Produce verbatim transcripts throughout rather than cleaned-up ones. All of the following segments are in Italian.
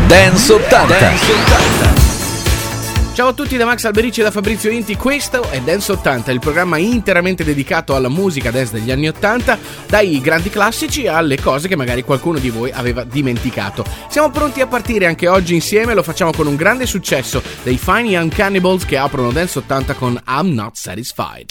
Dance ottanta. Dance ottanta. Ciao a tutti da Max Alberici e da Fabrizio Inti, questo è Dance ottanta, il programma interamente dedicato alla musica dance degli anni ottanta, dai grandi classici alle cose che magari qualcuno di voi aveva dimenticato. Siamo pronti a partire anche oggi insieme, lo facciamo con un grande successo dei Fine Young Cannibals che aprono Dance ottanta con I'm Not Satisfied.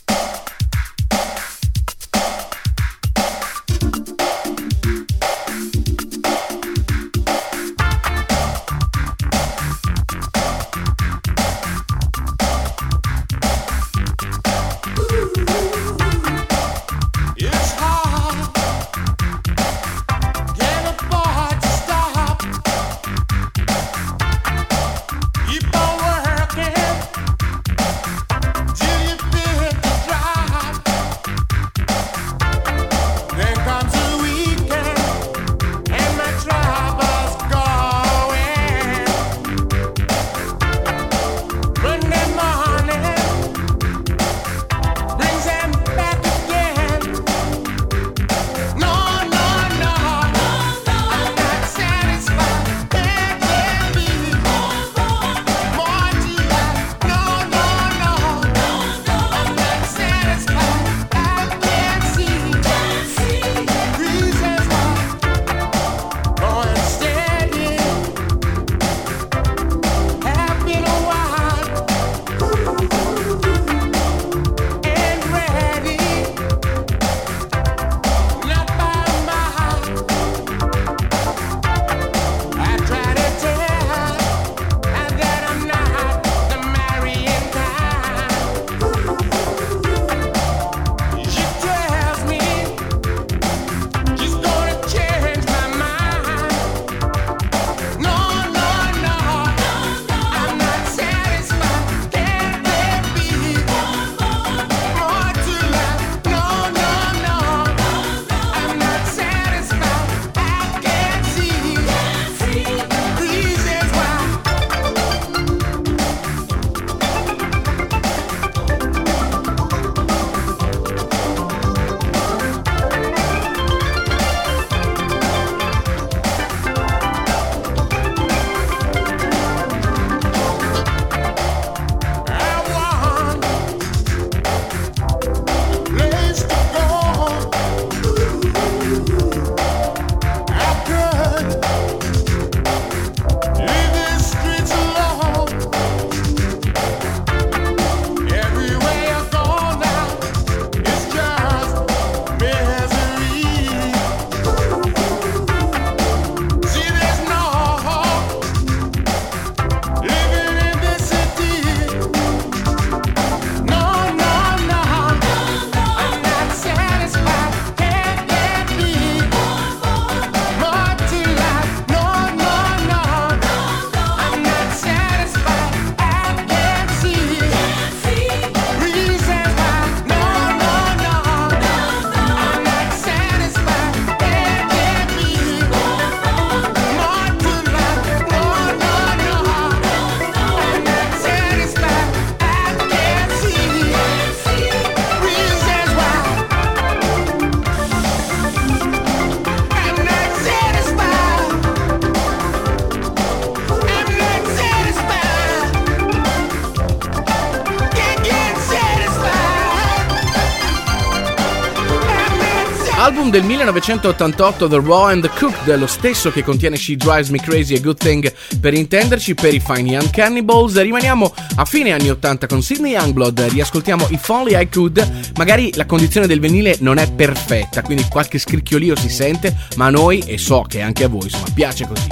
Album del millenovecentottantotto, The Raw and the Cooked, lo stesso che contiene She Drives Me Crazy, A Good Thing per intenderci, per i Fine Young Cannibals. Rimaniamo a fine anni ottanta con Sidney Youngblood, riascoltiamo If Only I Could. Magari la condizione del vinile non è perfetta, quindi qualche scricchiolio si sente, ma a noi, e so che anche a voi, insomma, piace così.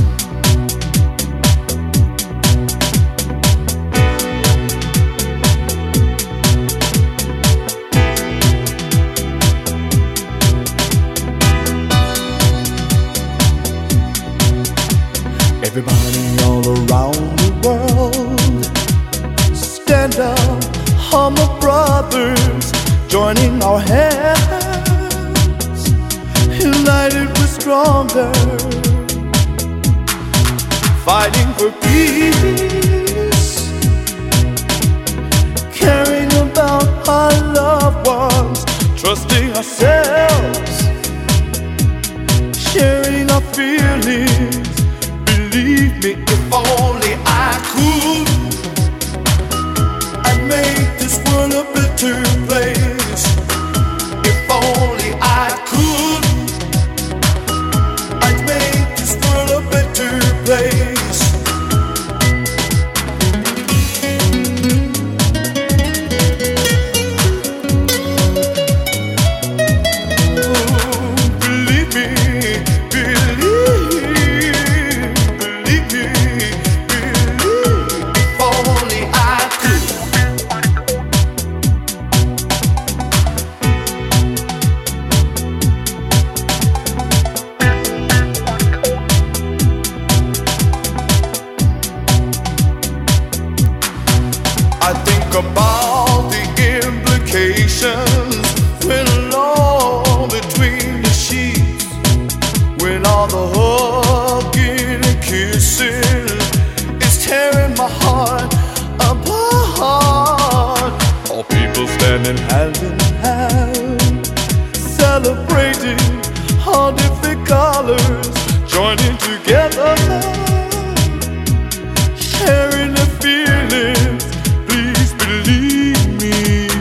Everybody all around the world, stand up, humble brothers, joining our hands, united we're stronger, fighting for peace, caring about our loved ones, trusting ourselves, sharing our feelings, believing me, if only I could, I'd make this world a better place. If only I could, I'd make this world a better place. About the implications when alone between the sheets, when all the hugging and kissing is tearing my heart apart. All people standing hand in hand, celebrating all different colors, joining together, sharing the feelings. Believe me.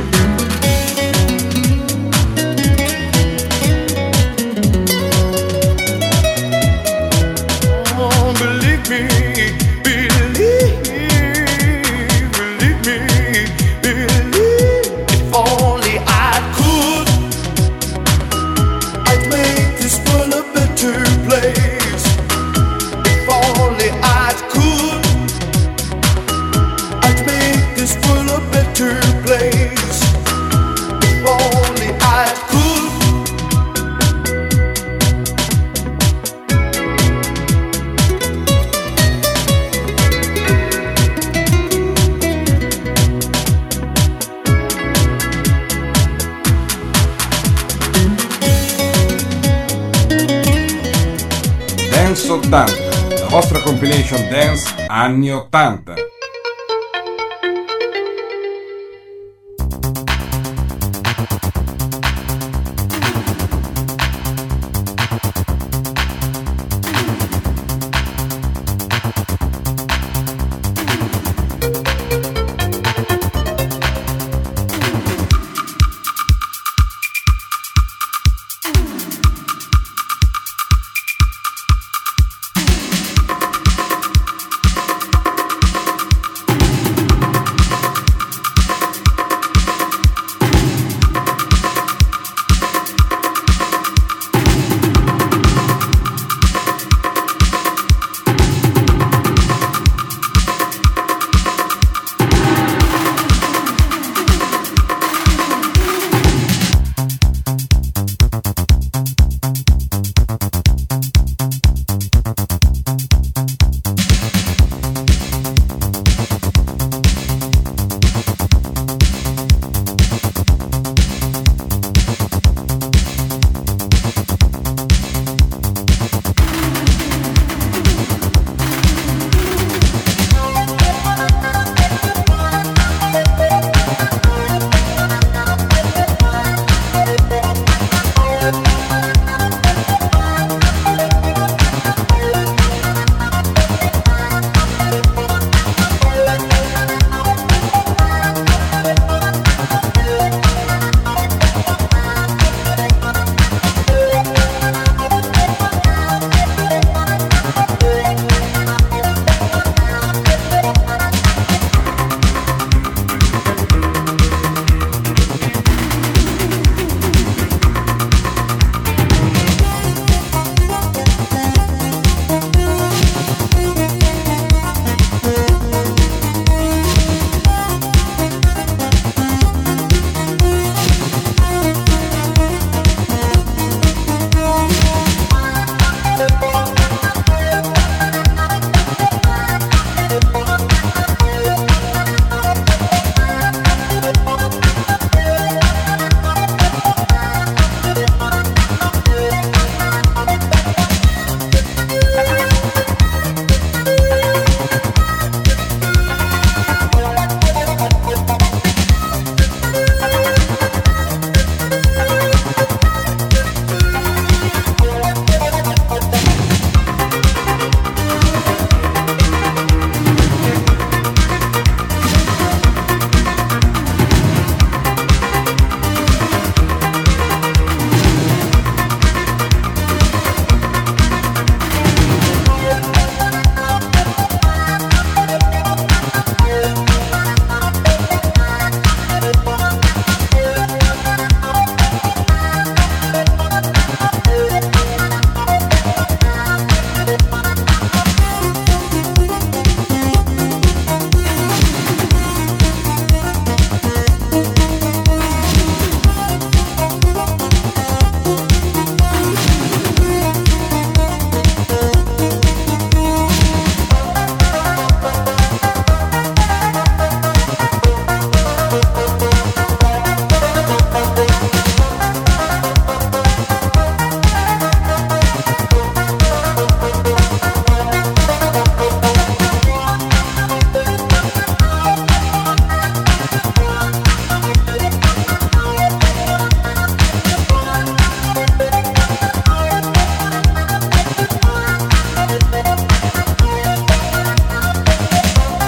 Oh, believe me, believe, believe me, believe. If only I could, I'd make this world a better place. If only I could, I'd make this world a better place. If only I could. Dance ottanta, la vostra compilation dance anni ottanta.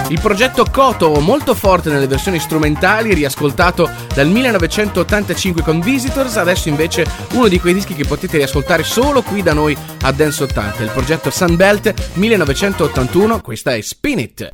Il progetto Koto, molto forte nelle versioni strumentali, riascoltato dal millenovecentottantacinque con Visitors, adesso invece uno di quei dischi che potete riascoltare solo qui da noi a Dance ottanta. Il progetto Sunbelt millenovecentottantuno, questa è Spin It.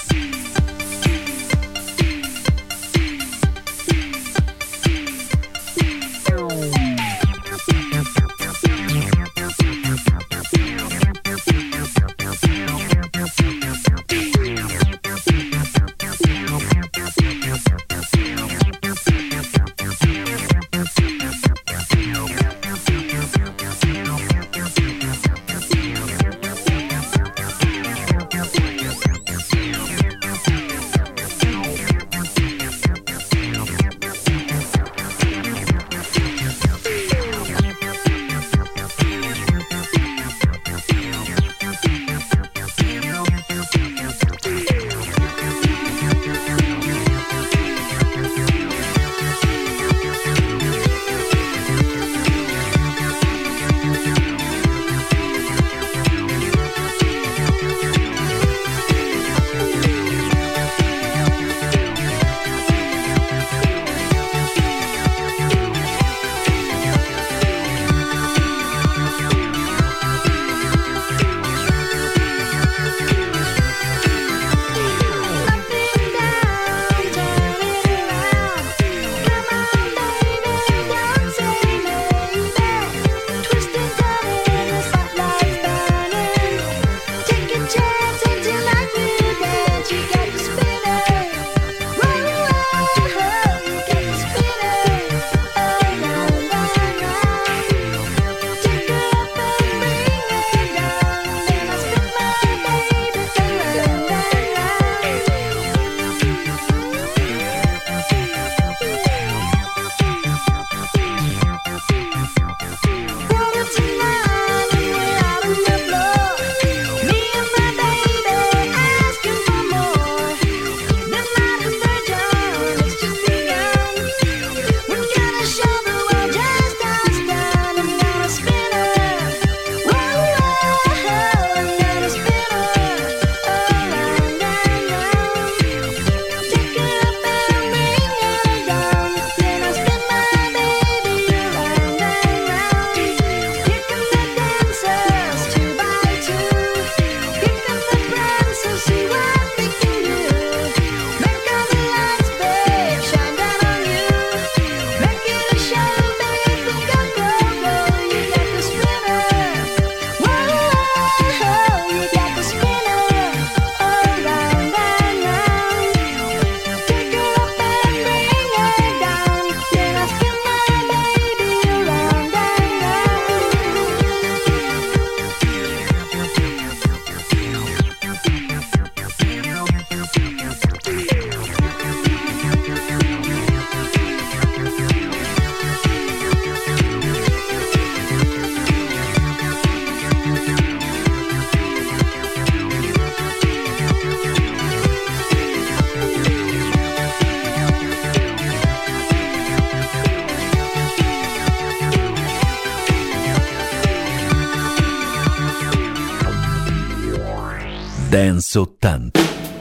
Dance ottanta.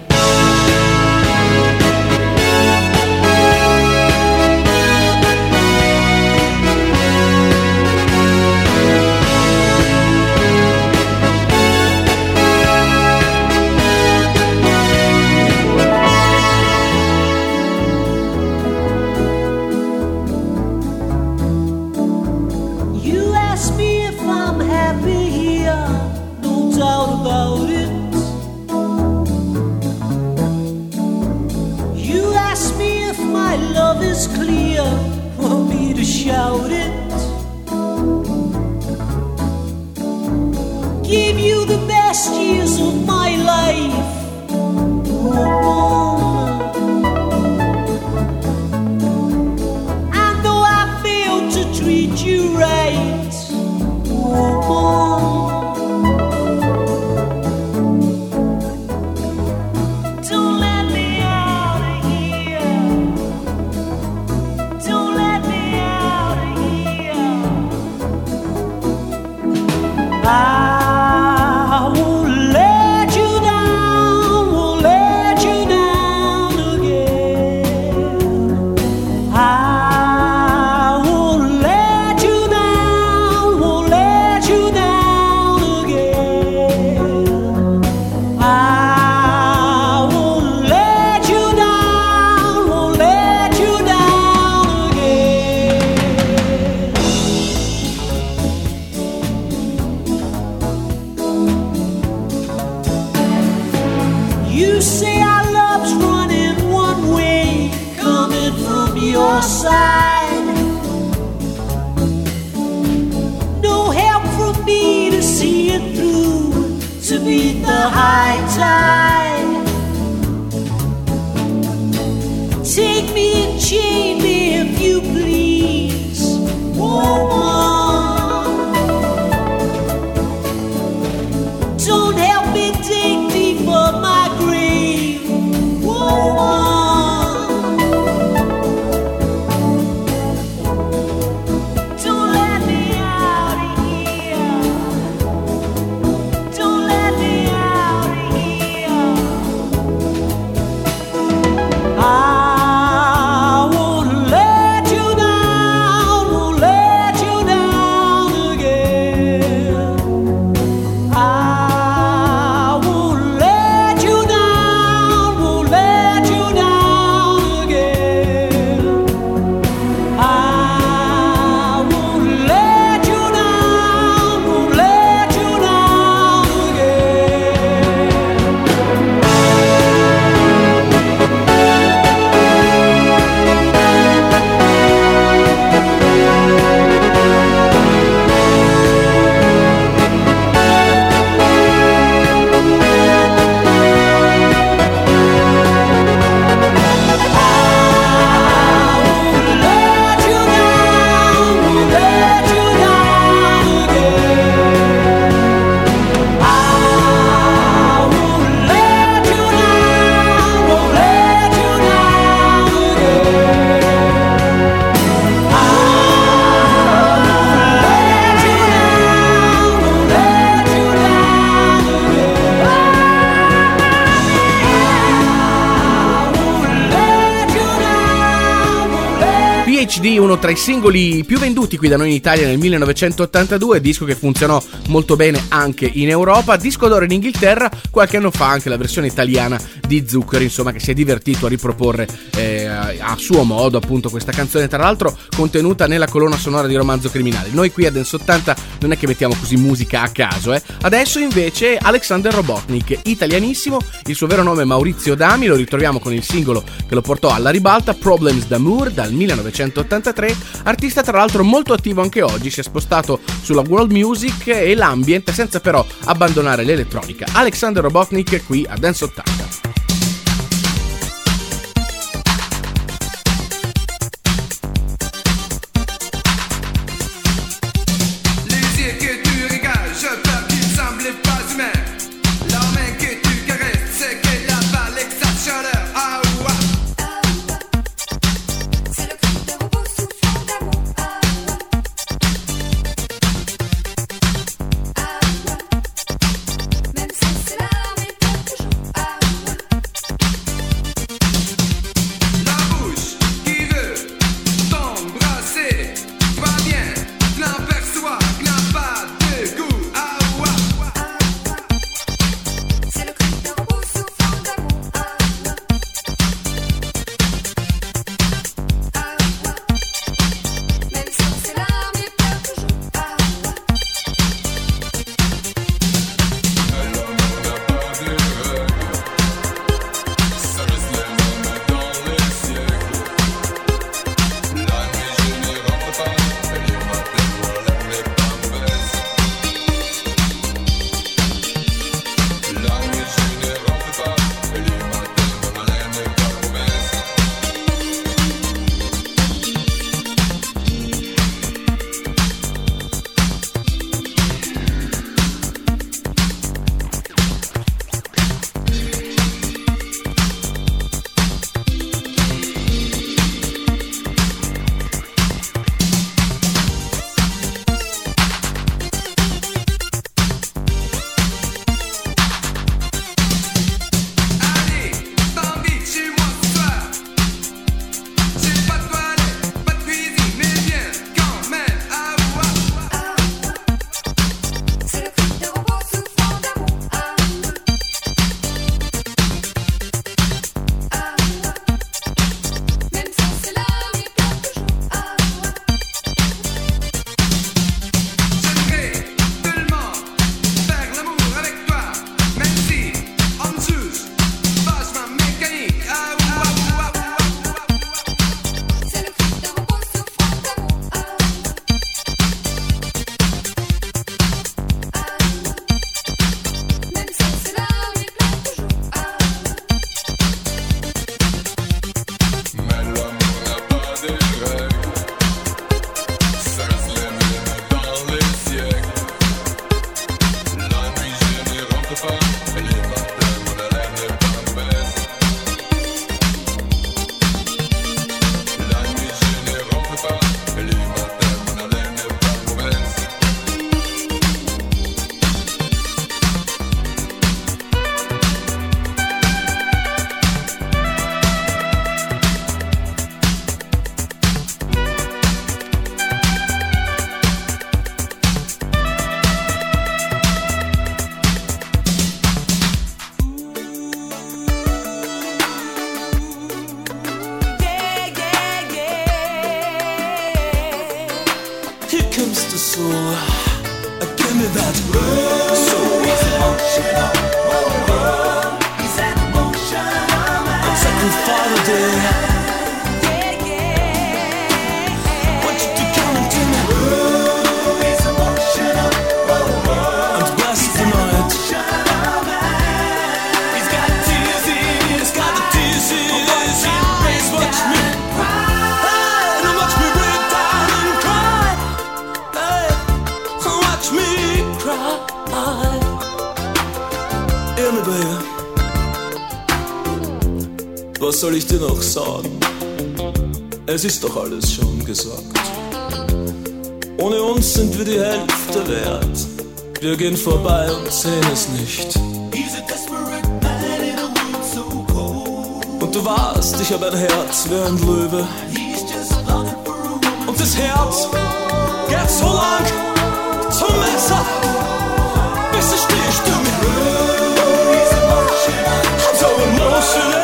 You ask me if I'm happy here, no doubt about it. You ask me if my love is clear, want me to shout it. Give you the best years of my life. Oh, and though I failed to treat you right, oh, don't let me out of here. Don't let me out of here. You say our love's running one way, coming from your side. No help from me to see it through, to beat the high tide. Take me and chain me if you please, woman. Don't help me dig deeper my grave, woman. Don't let me out of here. Don't let me out of here. I won't let you down, won't let you down again. I won't let you down, won't let you down again. I won't let you down, won't let you down P H D, uno tra i singoli più venduti qui da noi in Italia nel millenovecentottantadue, disco che funzionò molto bene anche in Europa, disco d'oro in Inghilterra, qualche anno fa anche la versione italiana di Zucchero, insomma, che si è divertito a riproporre eh, a suo modo appunto questa canzone, tra l'altro contenuta nella colonna sonora di Romanzo Criminale. Noi qui a Dance ottanta non è che mettiamo così musica a caso, eh. Adesso invece Alexander Robotnik, italianissimo, il suo vero nome è Maurizio Dami, lo ritroviamo con il singolo che lo portò alla ribalta, Problems d'Amour, dal millenovecentottantatré, artista tra l'altro molto attivo anche oggi, si è spostato sulla world music e l'ambient senza però abbandonare l'elettronica. Alexander Robotnik qui a Dance ottanta. Même si c'est la méthode toujours. Ah, final day. Was soll ich dir noch sagen? Es ist doch alles schon gesagt. Ohne uns sind wir die Hälfte wert. Wir gehen vorbei und sehen es nicht. Und du warst, ich hab ein Herz wie ein Löwe. Und das Herz geht so lang zum Messer, bis es sticht um mich. I'm so emotional.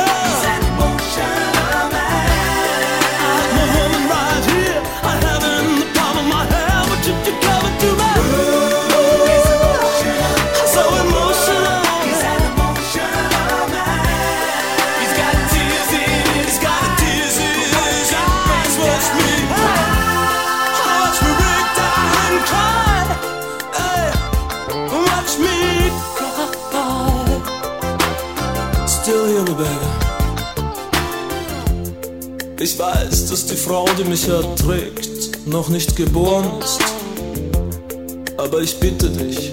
Ich weiß, dass die Frau, die mich erträgt, noch nicht geboren ist. Aber ich bitte dich,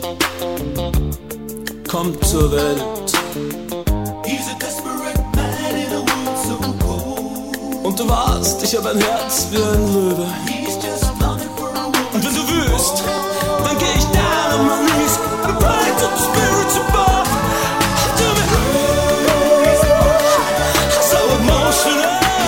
komm zur Welt. Und du warst, ich hab ein Herz wie ein Löwe. Und wenn du willst, dann geh ich down on my knees and pray to the spirits above. Do me so emotional.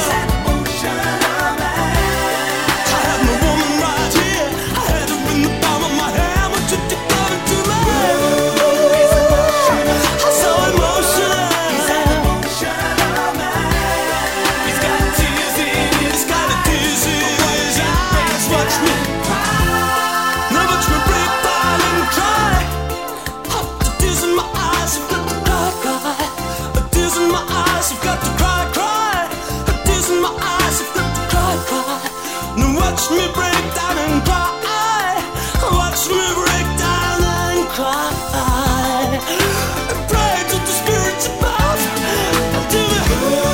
Watch me break down and cry. Watch me break down and cry. And pray to the spirits above. Do it.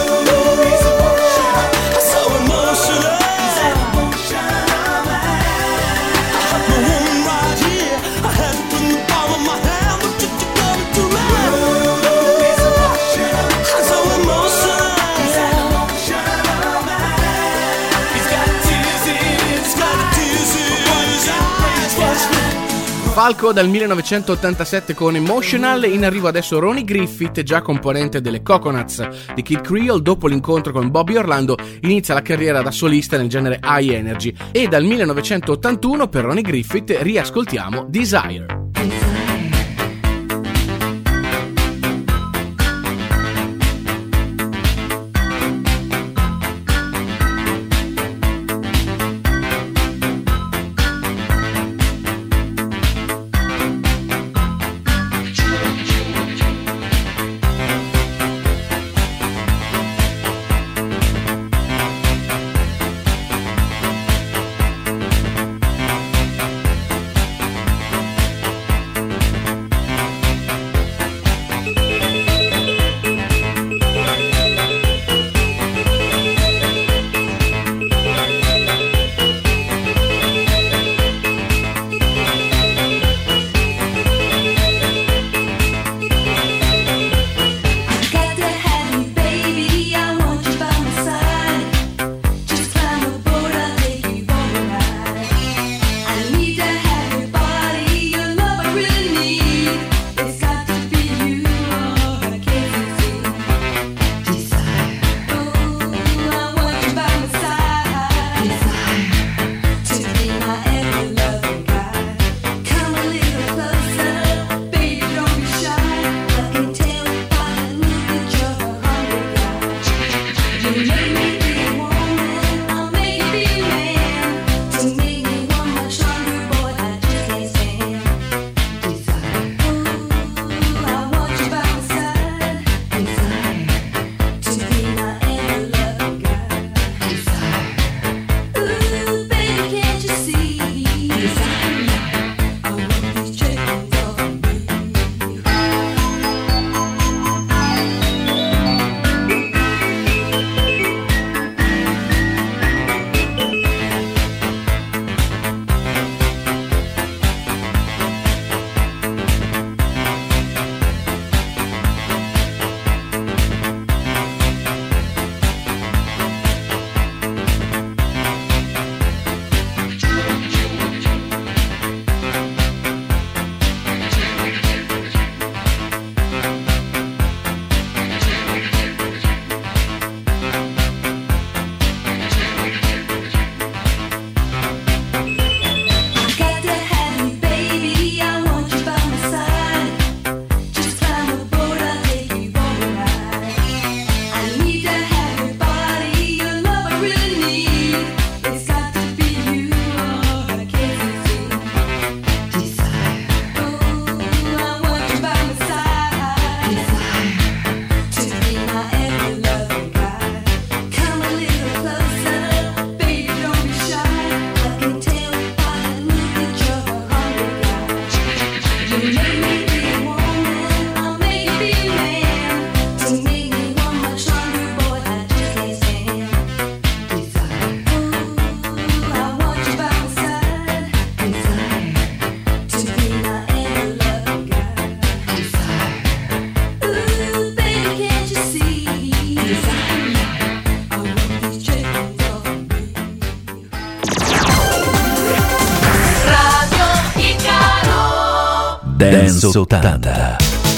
So emotional. I had my woman right here. I had it in the palm of my hand. What did you gonna do, man? So emotional. Falco dal millenovecentottantasette con Emotional. In arrivo adesso Ronnie Griffith, già componente delle Coconuts di Kid Creole. Dopo l'incontro con Bobby Orlando inizia la carriera da solista nel genere high energy, e dal millenovecentottantuno per Ronnie Griffith riascoltiamo Desire. Dance ottanta.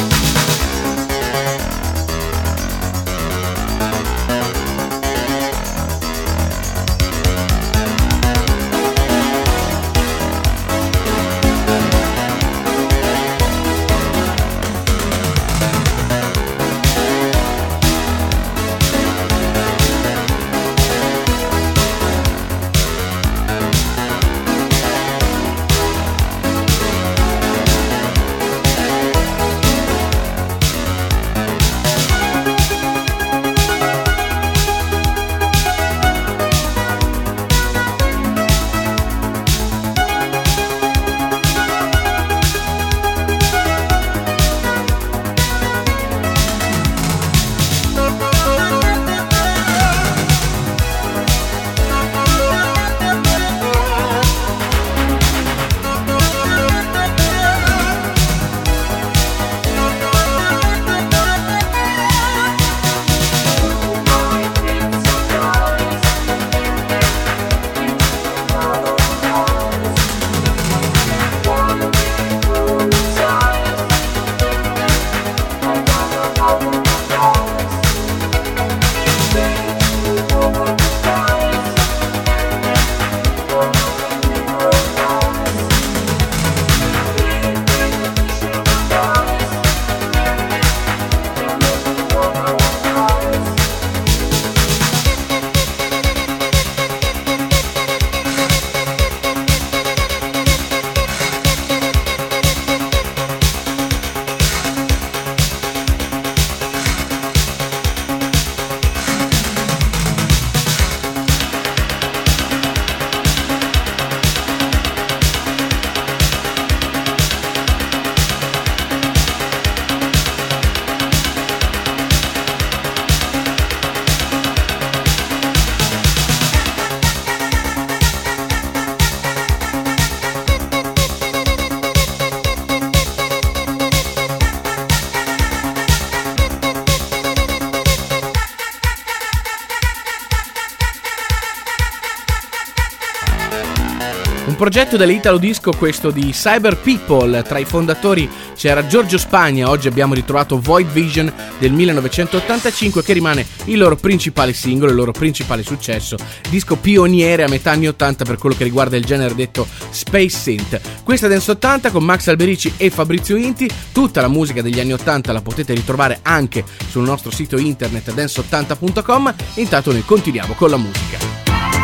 Un progetto dell'Italo Disco, questo di Cyber People. Tra i fondatori c'era Giorgio Spagna. Oggi abbiamo ritrovato Void Vision del millenovecentottantacinque, che rimane il loro principale singolo, il loro principale successo, disco pioniere a metà anni ottanta per quello che riguarda il genere detto Space Synth. Questa è Dance ottanta con Max Alberici e Fabrizio Inti. Tutta la musica degli anni ottanta la potete ritrovare anche sul nostro sito internet dance ottanta punto com. Intanto noi continuiamo con la musica.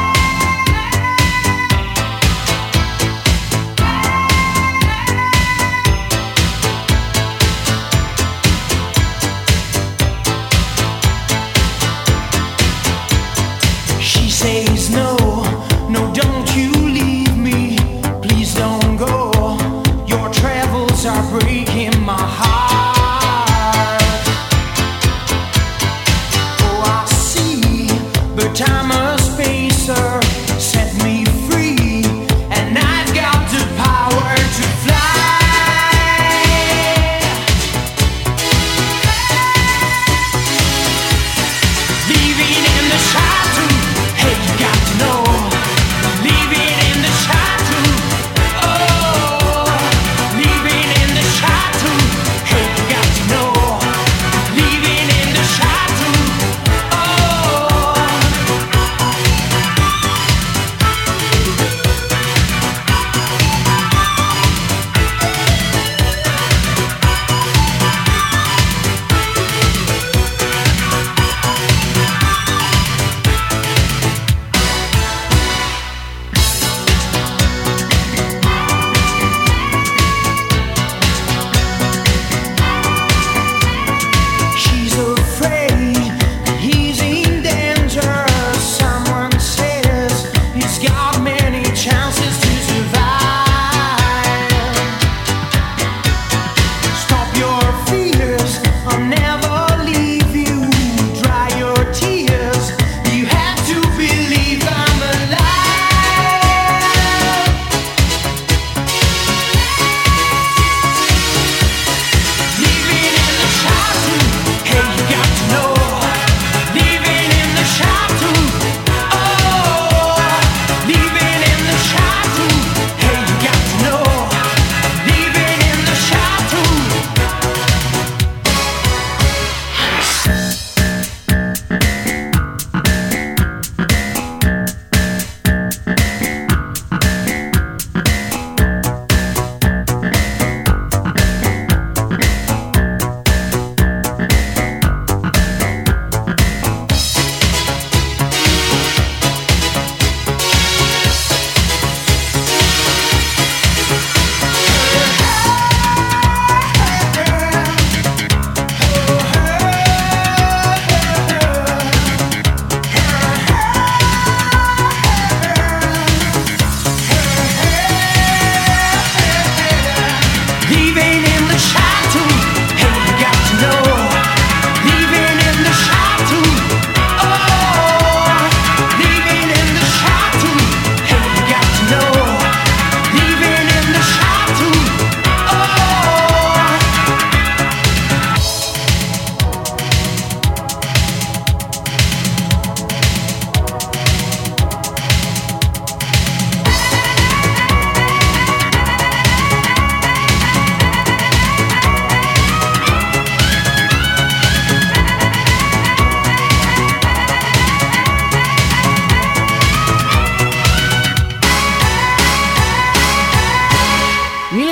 Says no, no, don't you leave me, please don't go, your travels are breaking my heart. Oh, I see, but time must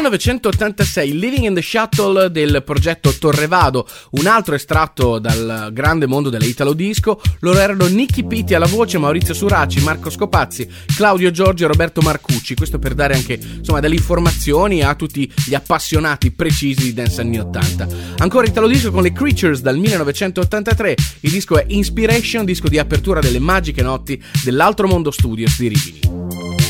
millenovecentottantasei, Living in the Shuttle del progetto Torrevado, un altro estratto dal grande mondo dell'Italo Disco. Loro erano Nicky Pitti alla voce, Maurizio Suraci, Marco Scopazzi, Claudio Giorgi e Roberto Marcucci. Questo per dare anche, insomma, delle informazioni a tutti gli appassionati precisi di dance anni ottanta. Ancora Italo Disco con le Creatures dal millenovecentottantatré. Il disco è Inspiration, disco di apertura delle magiche notti dell'Altro Mondo Studios di Rimini.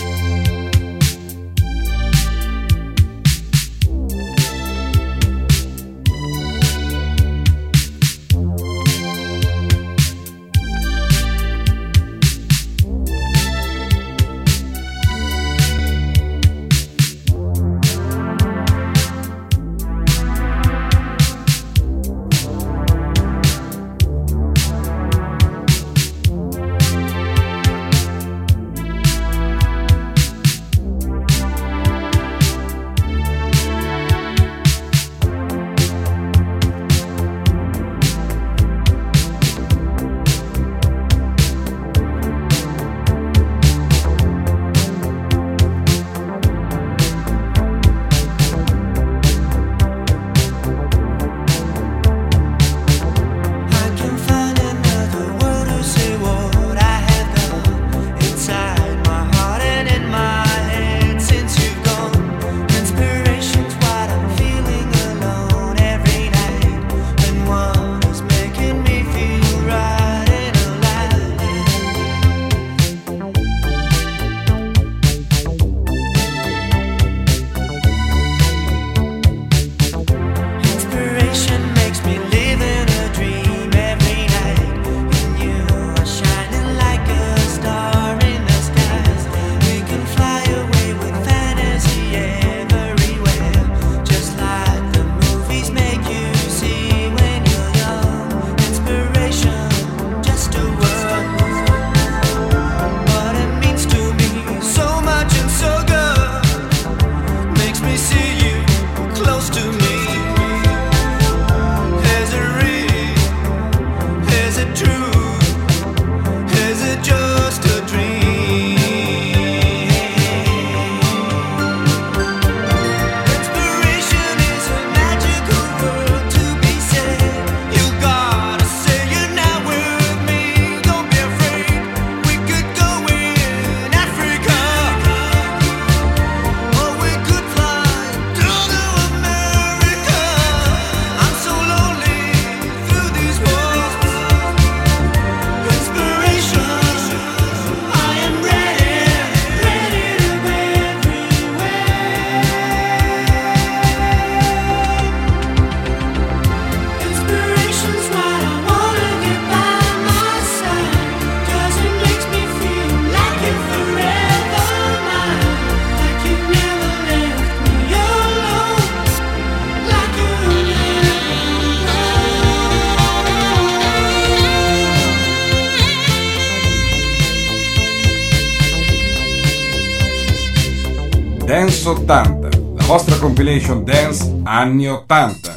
Dance ottanta, la vostra compilation dance anni ottanta.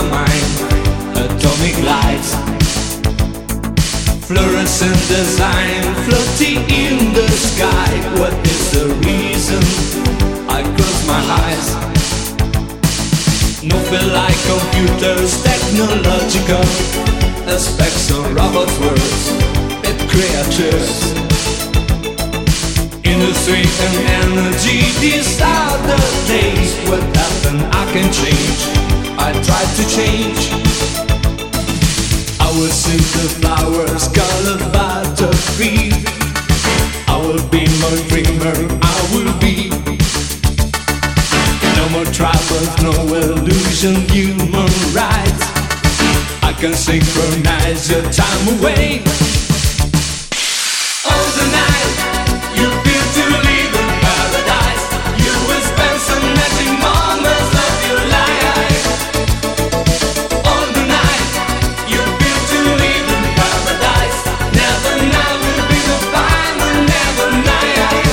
my mind. Atomic lights, fluorescent design, floating in the sky. What is the reason I close my eyes? No feel like computers, technological aspects of robot words and creatures. Industry and energy, these are the days. What happened, I can change, I try to change. I will sing the flowers, colored by the tree. I will be my dreamer, I will be. No more troubles, no illusion, human rights. I can synchronize your time away. All the night, you feel to live in paradise. You will spend some magic moments of your life. All the night, you feel to live in paradise. Never now will be the final, never night.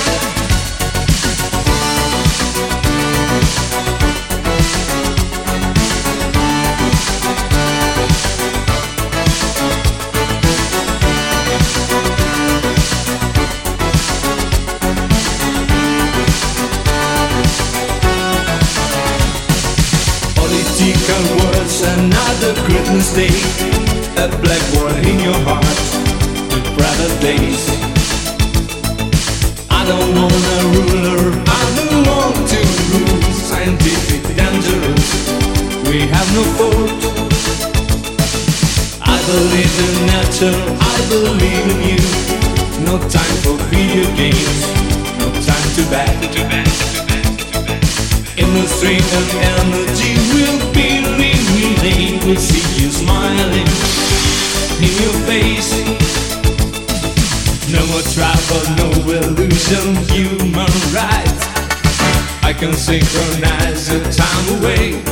Political words, another great mistake. A black word in your heart, with private days. I don't want a ruler, I don't want to rule. Scientific, dangerous, we have no fault. I believe in nature, I believe in you. No time for video games, no time to back. Industry and energy will be relayed. We'll see you smiling in your face. No more trouble, no illusion, human rights. I can synchronize the time away.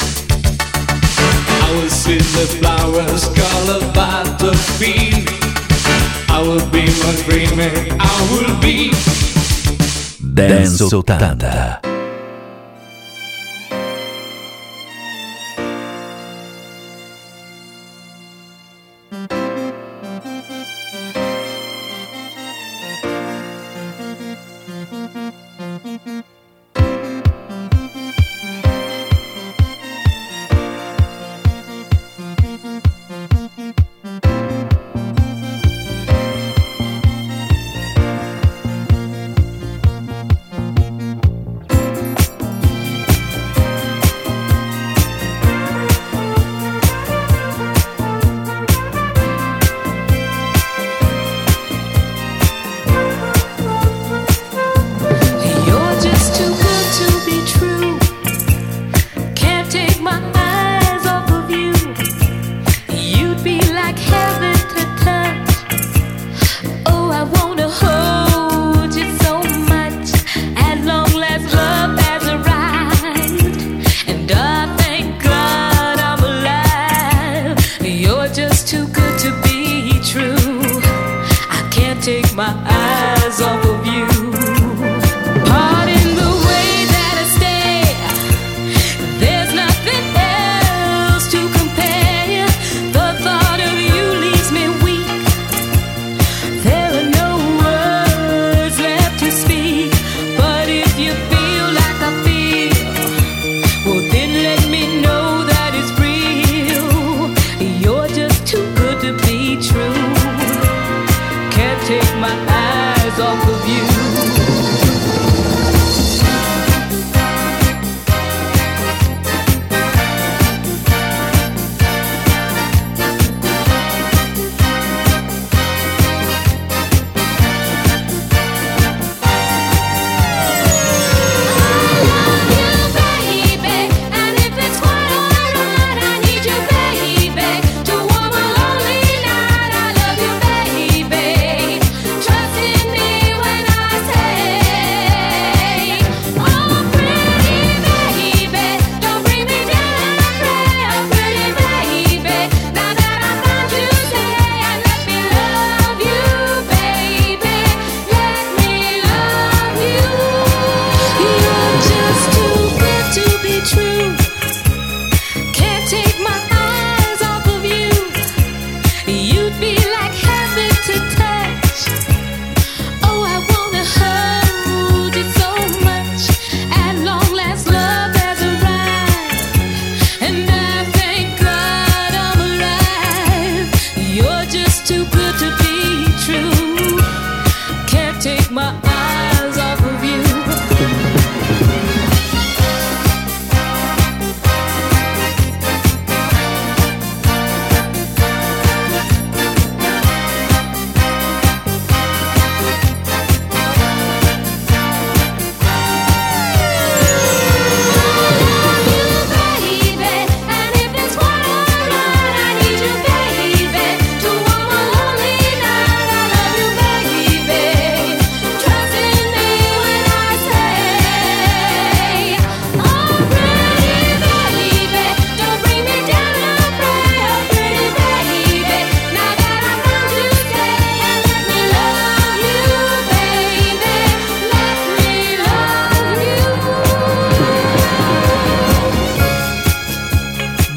I will see the flowers colored by the field. I will be my dreamer, I will be Dance ottanta. Trust in me when I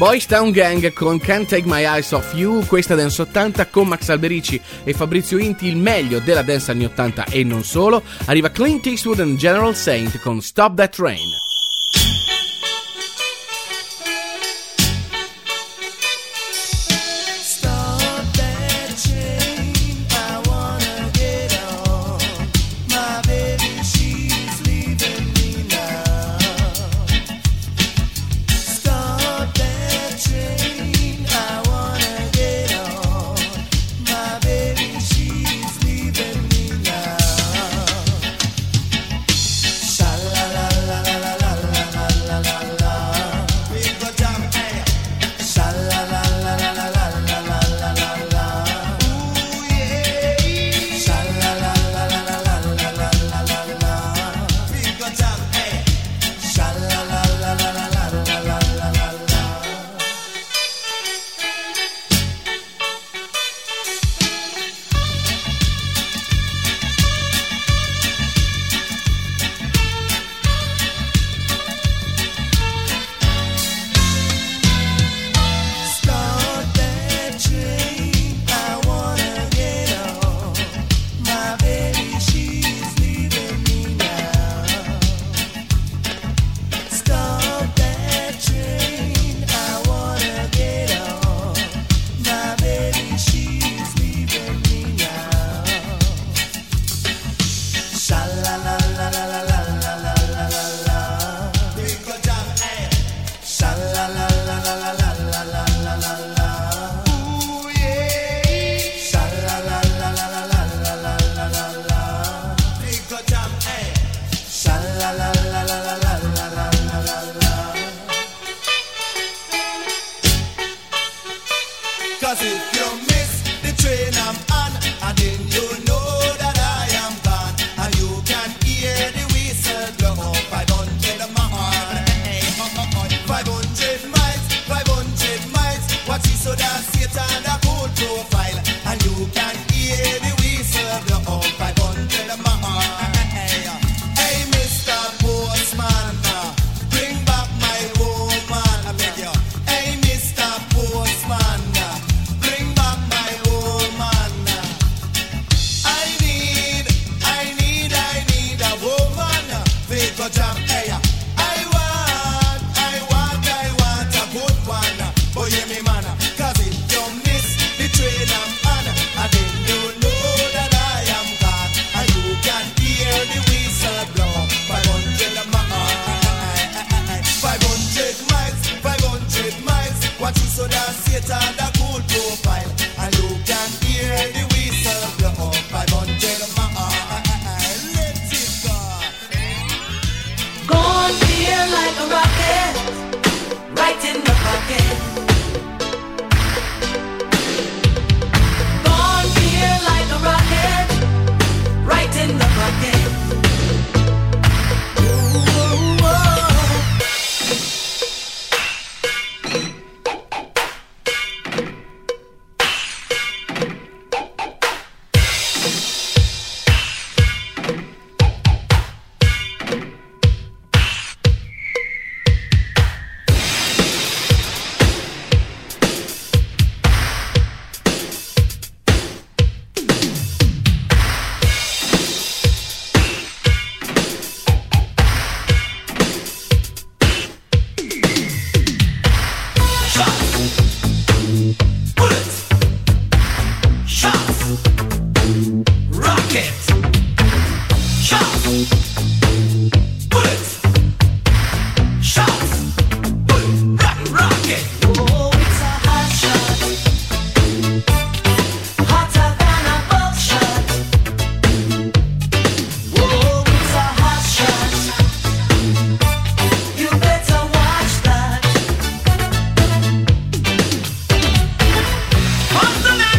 Boys Town Gang con Can't Take My Eyes Off You. Questa Dance ottanta con Max Alberici e Fabrizio Inti, il meglio della dance anni ottanta e non solo. Arriva Clint Eastwood and General Saint con Stop That Train.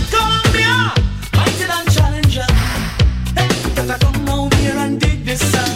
Come over here and dig this sound.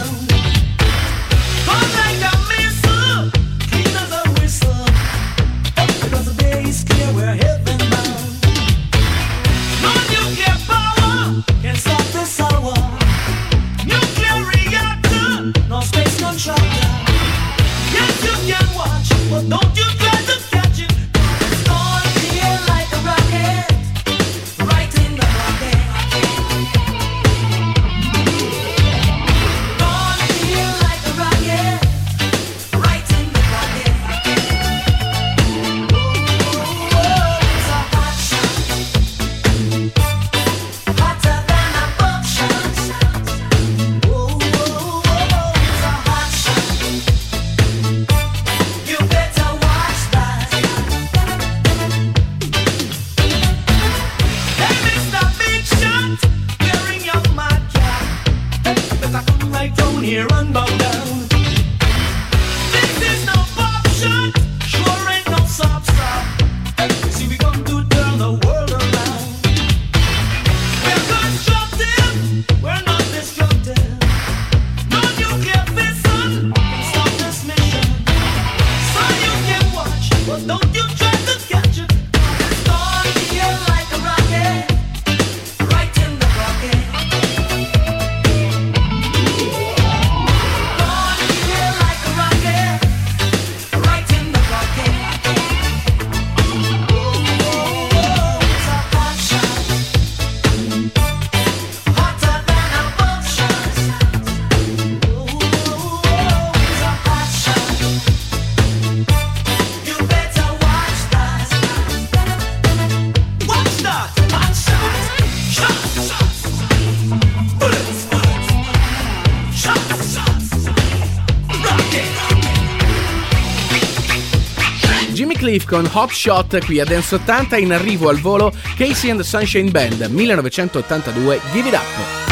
Cliff con Hot Shot qui a Dance ottanta. In arrivo al volo Casey and the Sunshine Band, millenovecentottantadue, Give It Up.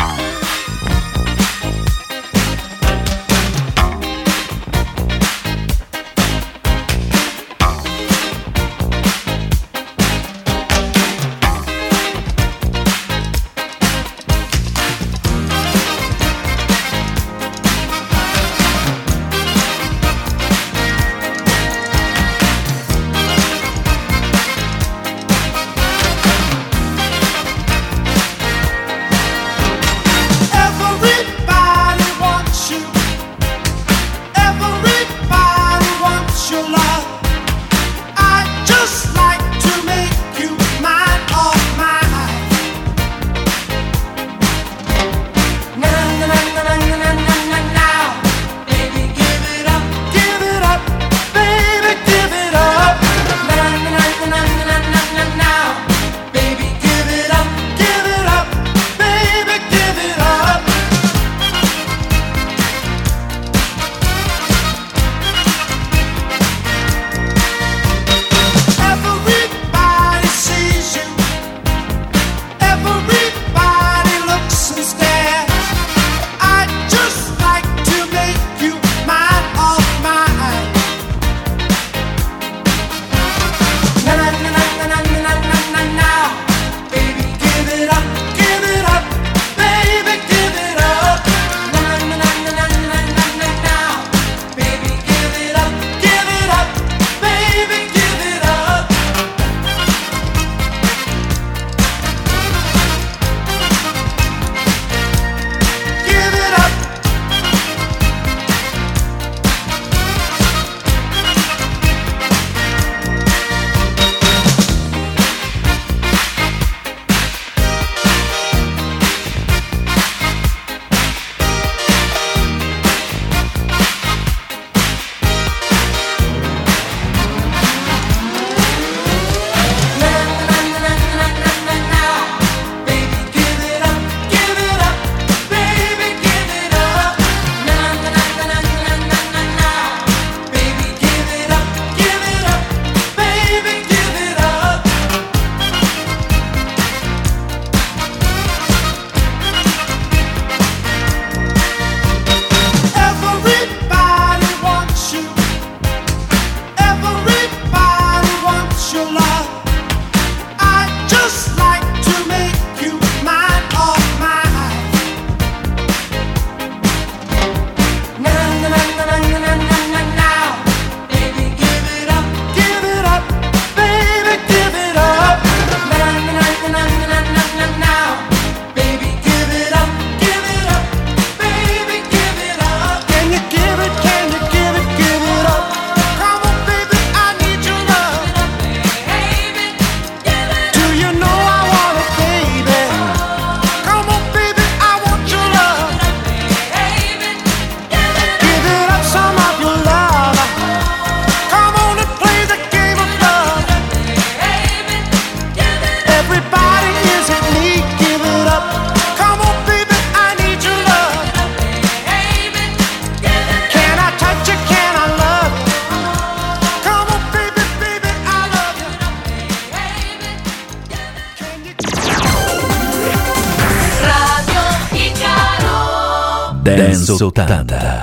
Dance ottanta.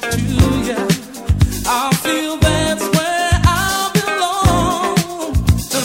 I feel that's where I belong.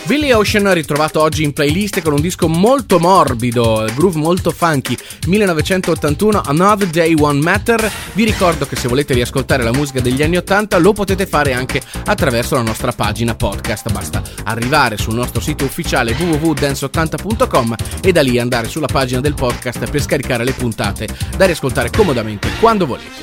Billy Ocean ritrovato oggi in playlist con un disco molto morbido, groove molto funky, millenovecentottantuno, Another Day Won't Matter. Vi ricordo che se volete riascoltare la musica degli anni ottanta lo potete fare anche attraverso la nostra pagina podcast, basta arrivare sul nostro sito ufficiale w w w punto dance ottanta punto com e da lì andare sulla pagina del podcast per scaricare le puntate da riascoltare comodamente quando volete.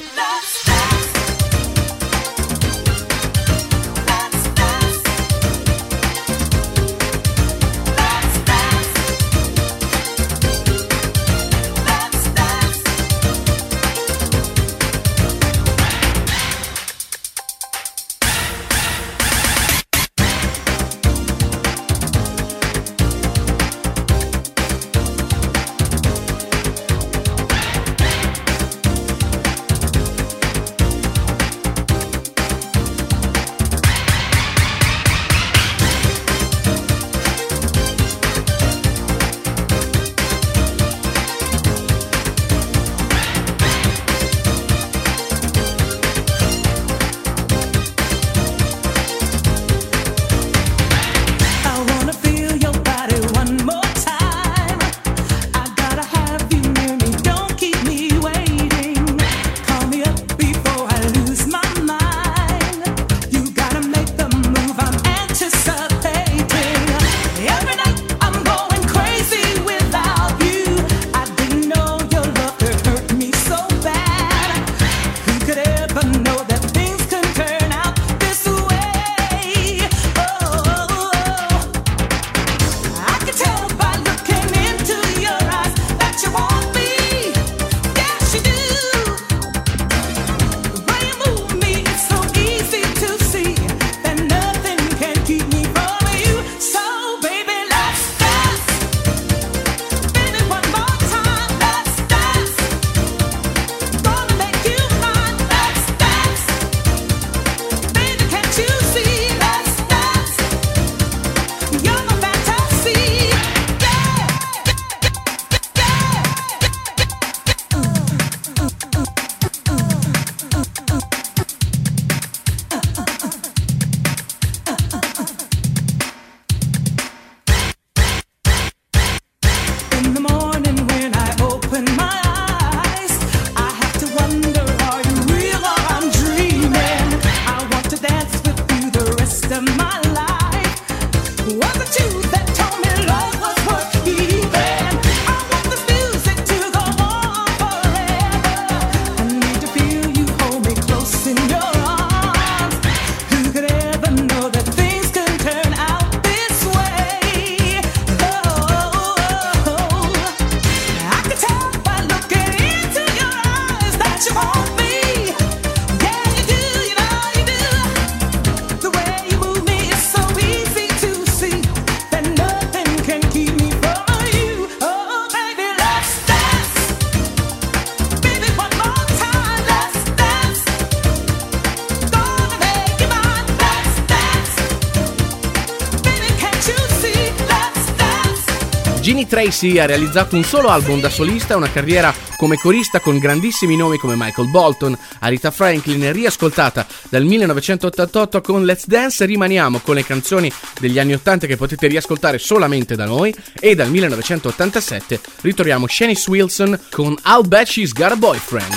Ginny Tracy ha realizzato un solo album da solista, una carriera come corista con grandissimi nomi come Michael Bolton, Aretha Franklin, riascoltata dal millenovecentottantotto con Let's Dance. Rimaniamo con le canzoni degli anni ottanta che potete riascoltare solamente da noi, e dal millenovecentottantasette ritroviamo Shanice Wilson con I'll Bet She's Got a Boyfriend.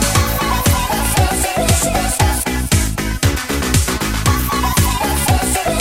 We'll be right back.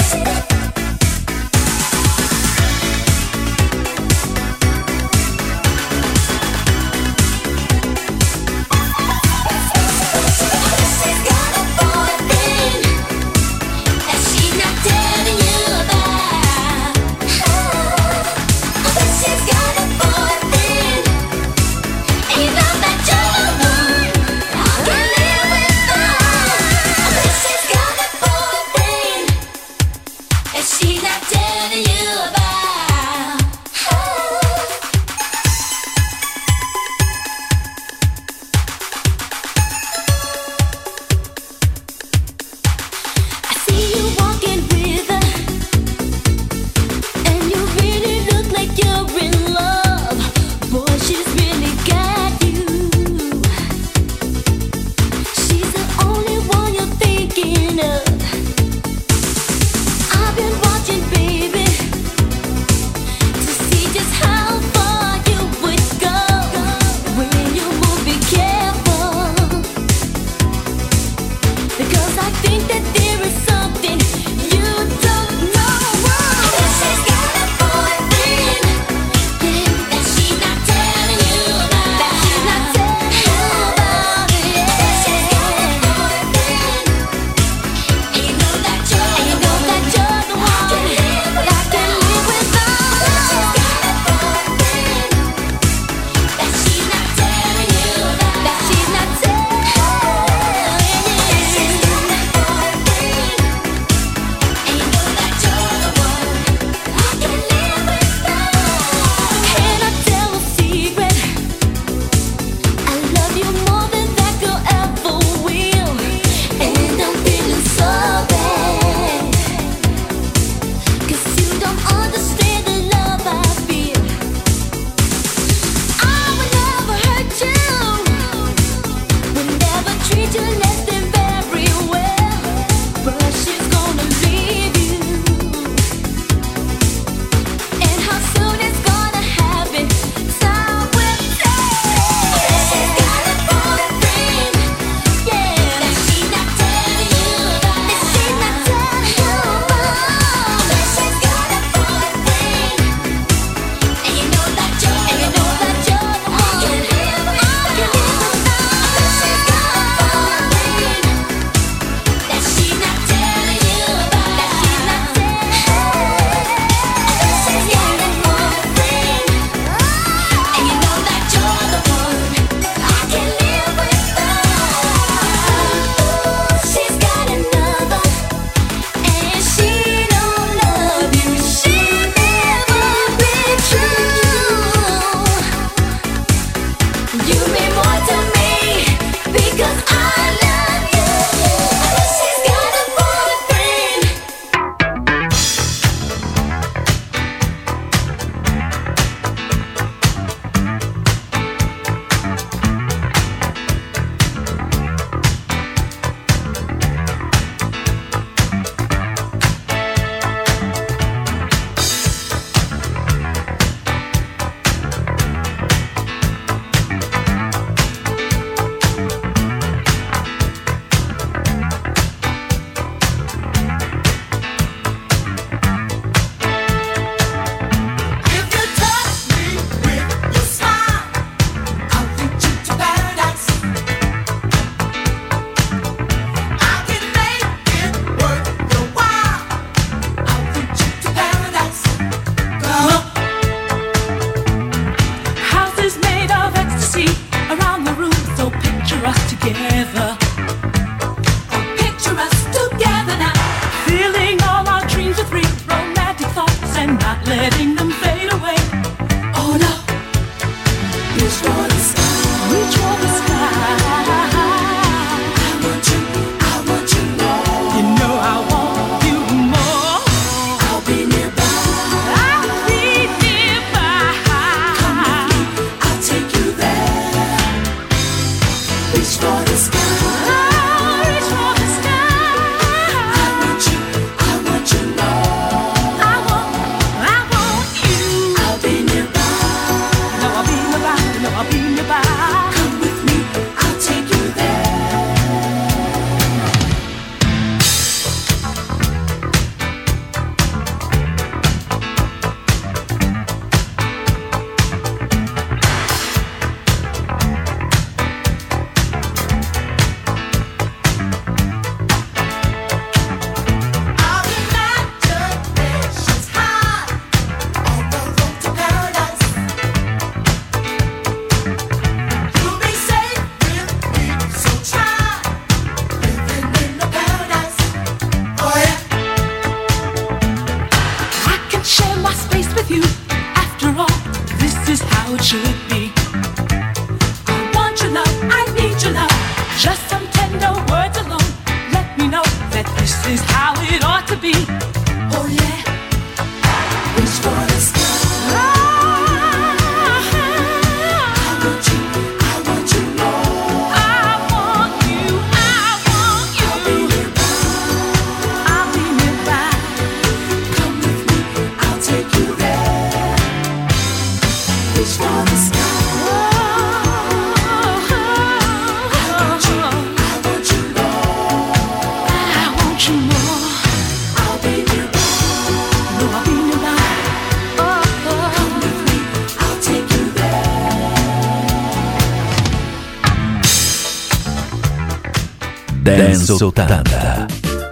Dance ottanta.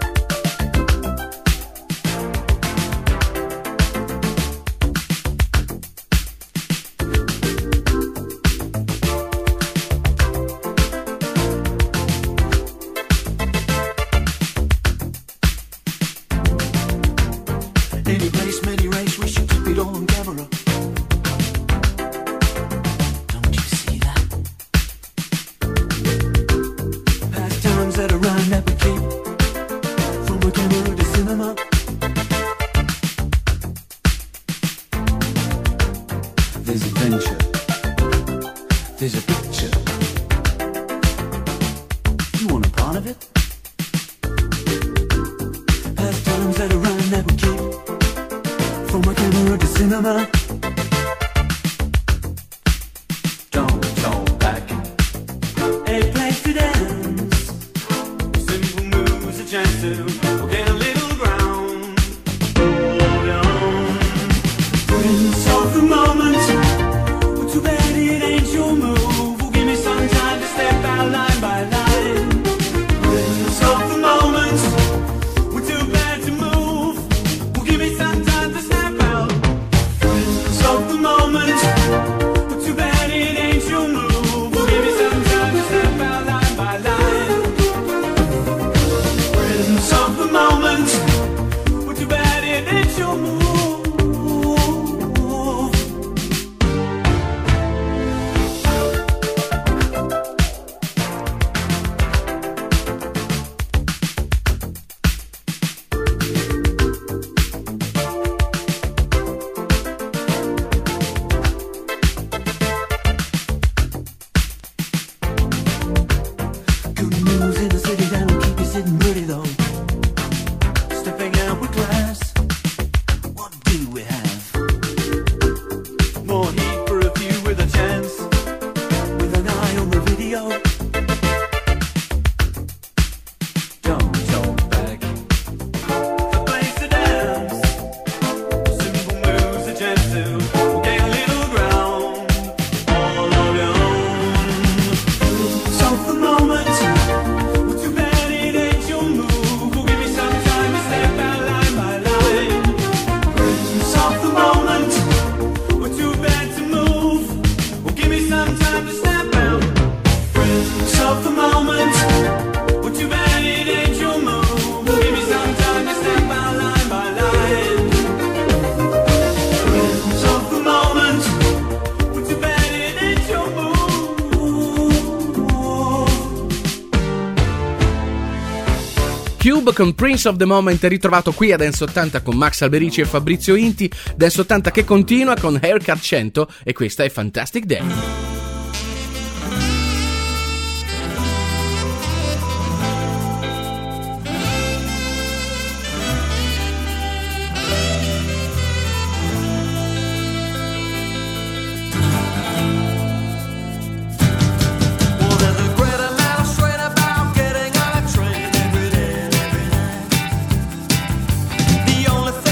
Cube con Prince of the Moment, ritrovato qui a Dance ottanta con Max Alberici e Fabrizio Inti. Dance ottanta che continua con Haircut cento e questa è Fantastic Day.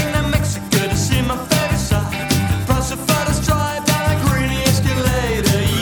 Drive down a green Escalator.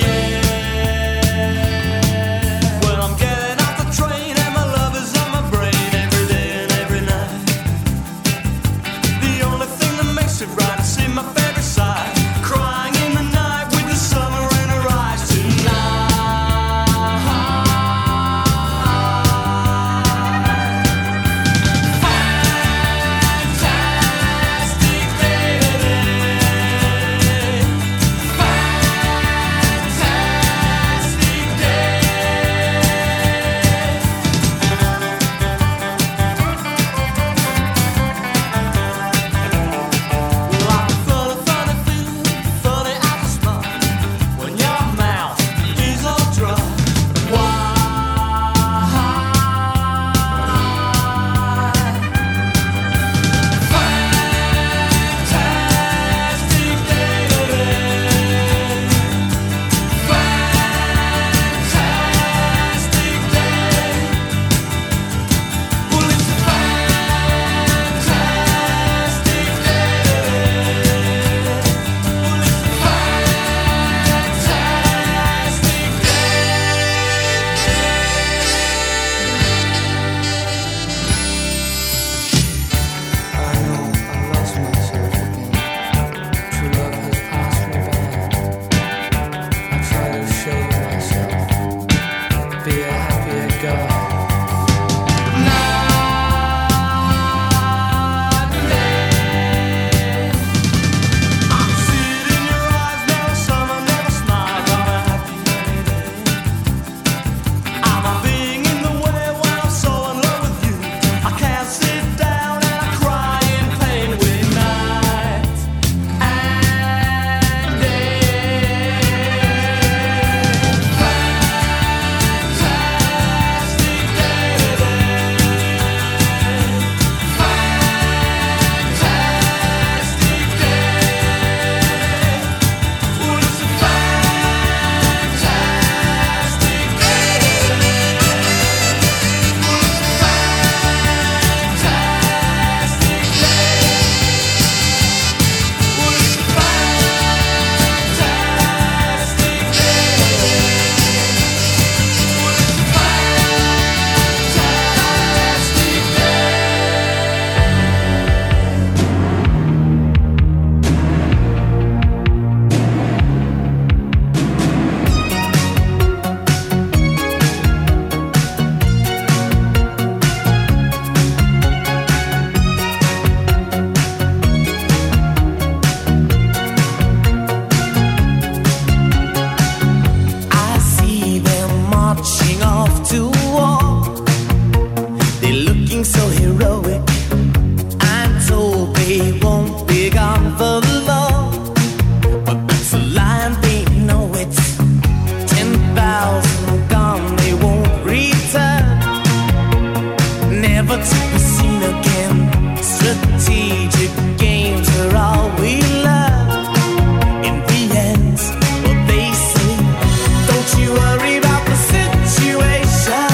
worry about the situation.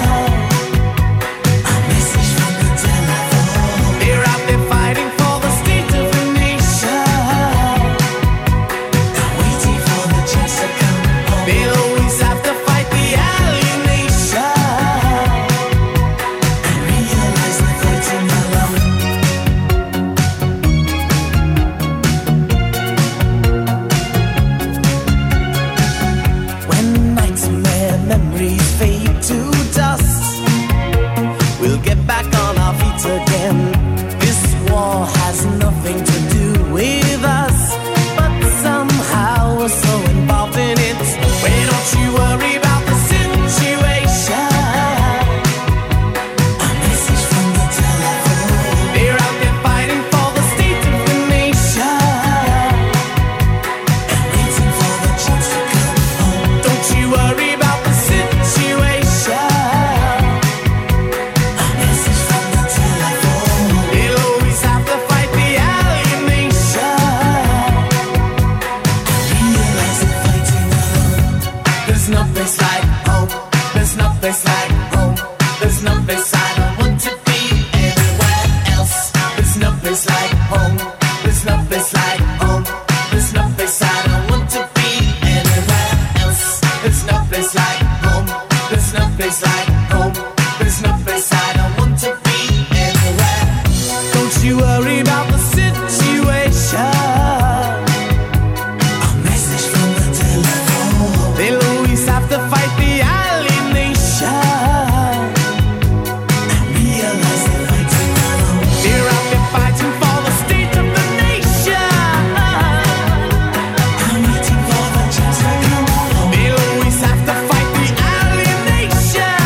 A message from the telephone. They're out there fighting for the state of the nation. Not waiting for the chance to come home. They'll always have to fight the alienation and realize they're fighting alone. When nightmare memories fade to dust, we'll get back on our feet again. This war has nothing to do with us, but somehow we're so involved in it. Well, don't you worry about the situation. A message from the telephone. They're out there fighting for the state of the nation and waiting for the chance to come home. Don't you worry about the situation. A message from the telephone. They'll always have to fight the alienation and realize they're fighting alone. There's no place like home. There's no place like home. There's no place I don't want to be anywhere else. There's no place like home. There's no place like home. There's no place I don't want to be anywhere else. There's no place like home. There's no place like home. There's no place I don't want to be anywhere. Don't you worry about the situation. A message from the telephone. They'll always have to fight the alienation and realize they're fighting alone. They're out there fighting for the state of the nation. I'm waiting for the chance to come home. They'll always have to fight the alienation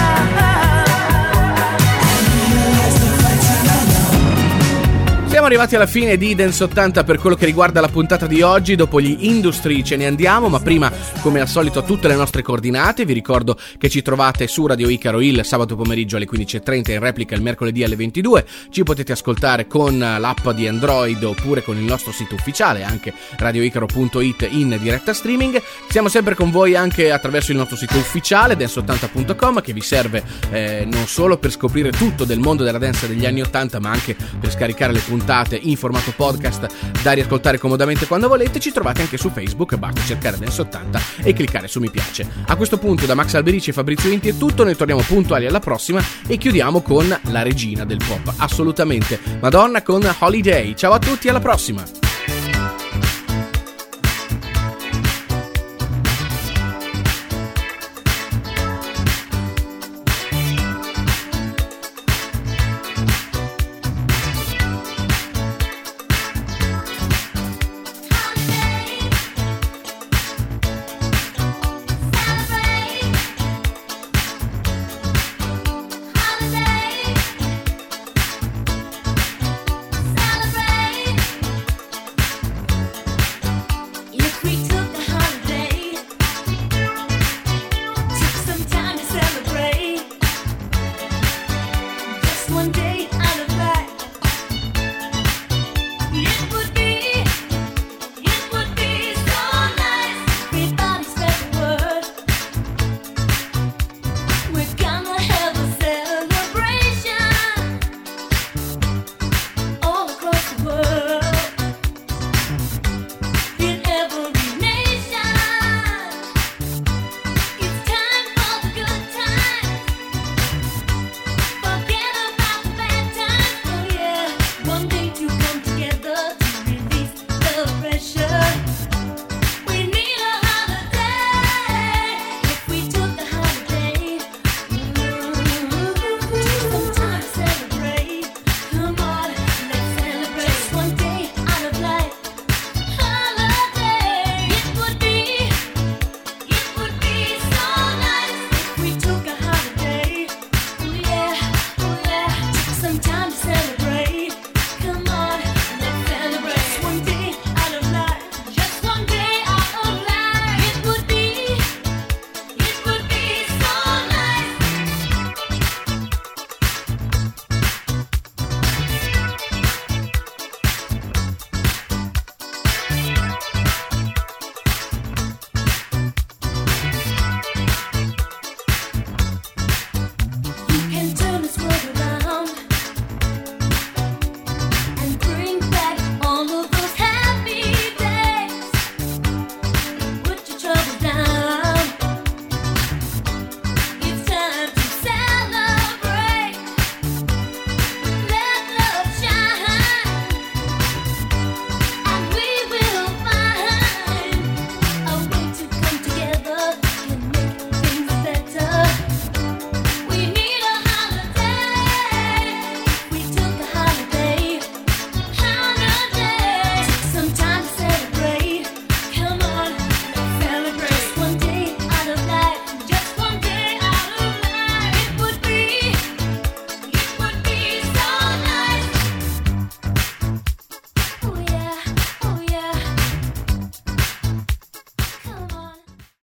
and realize they're fighting alone. Siamo arrivati alla fine di Dance ottanta per quello che riguarda la puntata di oggi. Dopo gli Industry ce ne andiamo, ma prima, come al solito, tutte le nostre coordinate. Vi ricordo che ci trovate su Radio Icaro il sabato pomeriggio alle quindici e trenta, in replica il mercoledì alle ventidue. Ci potete ascoltare con l'app di Android oppure con il nostro sito ufficiale, anche radioicaro punto it, in diretta streaming. Siamo sempre con voi anche attraverso il nostro sito ufficiale dance ottanta punto com, che vi serve eh, non solo per scoprire tutto del mondo della dance degli anni ottanta, ma anche per scaricare le puntate in formato podcast da riascoltare comodamente quando volete. Ci trovate anche su Facebook, basta cercare Dance ottanta e cliccare su mi piace. A questo punto, da Max Alberici e Fabrizio Inti è tutto. Noi torniamo puntuali alla prossima e chiudiamo con la regina del pop, assolutamente, Madonna, con Holiday. Ciao a tutti, alla prossima.